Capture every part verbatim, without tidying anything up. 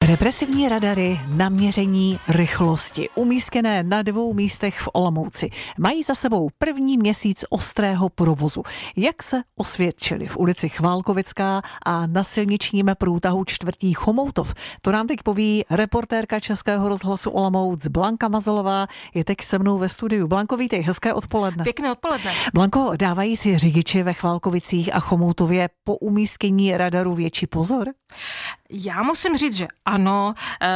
Represivní radary na měření rychlosti, umístěné na dvou místech v Olomouci, mají za sebou první měsíc ostrého provozu. Jak se osvědčili v ulici Chválkovická a na silničním průtahu čtvrtí Chomoutov? To nám teď poví reportérka Českého rozhlasu Olomouc Blanka Mazelová. Je teď se mnou ve studiu. Blanko, vítej, hezké odpoledne. Pěkné odpoledne. Blanko, dávají si řidiči ve Chválkovicích a Chomoutově po umístění radaru větší pozor? Já musím říct, že ano.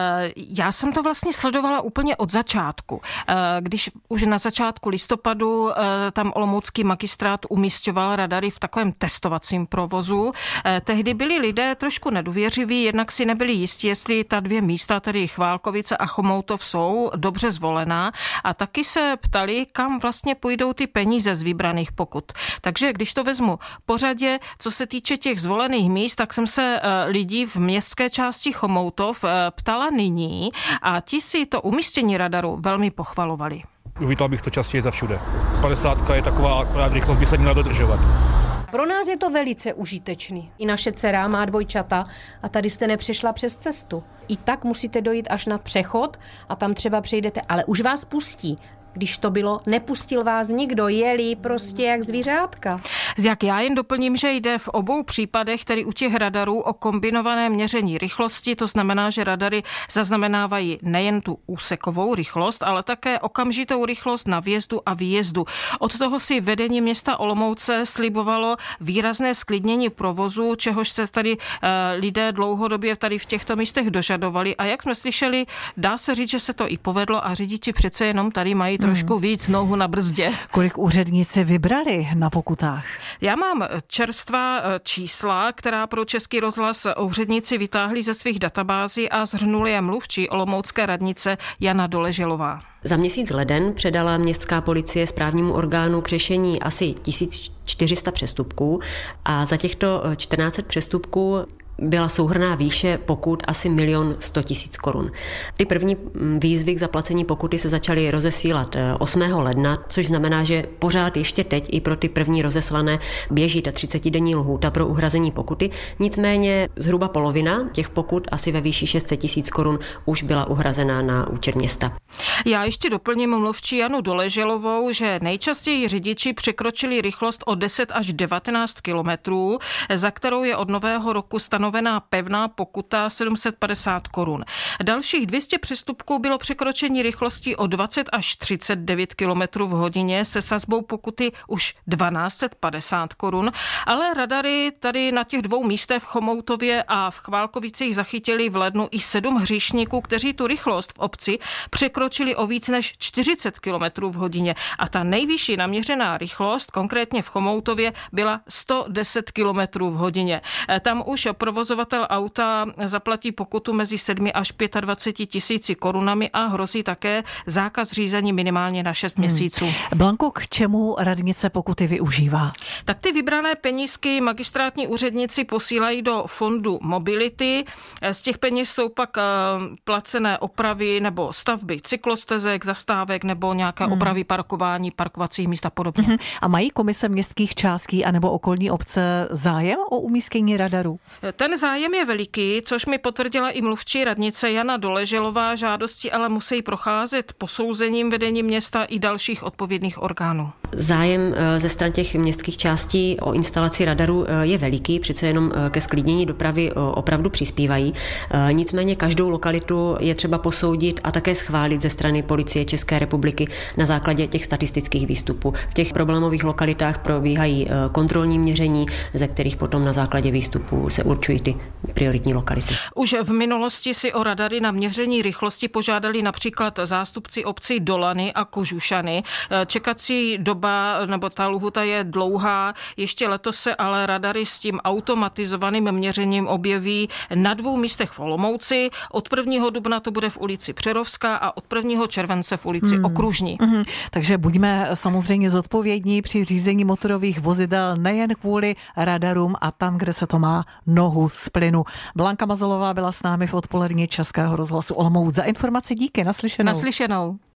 Já jsem to vlastně sledovala úplně od začátku. Když už na začátku listopadu tam olomoucký magistrát umísťoval radary v takovém testovacím provozu, tehdy byli lidé trošku nedůvěřiví, jednak si nebyli jistí, jestli ta dvě místa, tedy Chválkovice a Chomoutov, jsou dobře zvolená, a taky se ptali, kam vlastně půjdou ty peníze z vybraných pokut. Takže když to vezmu pořadě, co se týče těch zvolených míst, tak jsem se lidí v městské části Chomoutov ptala nyní a ti si to umístění radaru velmi pochvalovali. Uvítal bych to častěji za všude. padesátka je taková, akorát rychlost by se měla dodržovat. Pro nás je to velice užitečný. I naše dcera má dvojčata a tady jste nepřešla přes cestu. I tak musíte dojít až na přechod a tam třeba přejdete, ale už vás pustí. Když to bylo, nepustil vás nikdo, jeli prostě jak zvířátka. Jak já jen doplním, že jde v obou případech, tedy u těch radarů, o kombinované měření rychlosti, to znamená, že radary zaznamenávají nejen tu úsekovou rychlost, ale také okamžitou rychlost na vjezdu a výjezdu. Od toho si vedení města Olomouce slibovalo výrazné zklidnění provozu, čehož se tady e, lidé dlouhodobě tady v těchto místech dožadovali. A jak jsme slyšeli, dá se říct, že se to i povedlo a řidiči přece jenom tady mají trošku víc nohu na brzdě. Kolik úředníci vybrali na pokutách? Já mám čerstvá čísla, která pro Český rozhlas úředníci vytáhli ze svých databází a shrnuli je mluvčí olomoucké radnice Jana Doleželová. Za měsíc leden předala městská policie správnímu orgánu k řešení asi tisíc čtyři sta přestupků a za těchto čtrnáct set přestupků byla souhrnná výše pokut asi milion sto tisíc korun. Ty první výzvy k zaplacení pokuty se začaly rozesílat osmého ledna, což znamená, že pořád ještě teď i pro ty první rozeslané běží ta třicetidenní lhůta pro uhrazení pokuty. Nicméně zhruba polovina těch pokut, asi ve výši šest set tisíc korun, už byla uhrazena na účet města. Já ještě doplním mluvčí Janu Doleželovou, že nejčastěji řidiči překročili rychlost o deset až devatenáct kilometrů, za kterou je od nového roku stanovená pevná pokuta sedm set padesát korun. Dalších dvě stě přestupků bylo překročení rychlosti o dvacet až třicet devět kilometrů v hodině se sazbou pokuty už tisíc dvě stě padesát korun, ale radary tady na těch dvou místech v Chomoutově a v Chválkovicích zachytili v lednu i sedm hříšníků, kteří tu rychlost v obci překročili o víc než čtyřicet kilometrů v hodině a ta nejvyšší naměřená rychlost, konkrétně v Chomoutově, byla sto deset kilometrů v hodině. Tam už provozovatel auta zaplatí pokutu mezi sedmi až dvaceti pěti tisíci korunami a hrozí také zákaz řízení minimálně na šest hmm. měsíců. Blanko, k čemu radnice pokuty využívá? Tak ty vybrané penízky magistrátní úředníci posílají do fondu mobility. Z těch peněz jsou pak placené opravy nebo stavby cyklostezek, zastávek nebo nějaké hmm. opravy parkování, parkovacích míst a podobně. Hmm. A mají komise městských částí anebo okolní obce zájem o umístění radarů? Ten zájem je veliký, což mi potvrdila i mluvčí radnice Jana Doleželová. Žádosti ale musí procházet posouzením vedení města i dalších odpovědných orgánů. Zájem ze stran těch městských částí o instalaci radarů je veliký, přece jenom ke zklidnění dopravy opravdu přispívají. Nicméně každou lokalitu je třeba posoudit a také schválit ze strany Policie České republiky na základě těch statistických výstupů. V těch problémových lokalitách probíhají kontrolní měření, ze kterých potom na základě výstupů se určují ty prioritní lokality. Už v minulosti si o radary na měření rychlosti požádali například zástupci obcí Dolany a Kožušany. Čekací doba nebo ta lhůta je dlouhá. Ještě letos se ale radary s tím automatizovaným měřením objeví na dvou místech v Olomouci. Od prvního dubna to bude v ulici Přerovská a od prvního července v ulici hmm. Okružní. Hmm. Takže buďme samozřejmě zodpovědní při řízení motorových vozidel nejen kvůli radarům a tam, kde se to má nohu z plynu. Blanka Mazelová byla s námi v odpolední Českého rozhlasu Olomouc. Za informace díky, naslyšenou. Naslyšenou.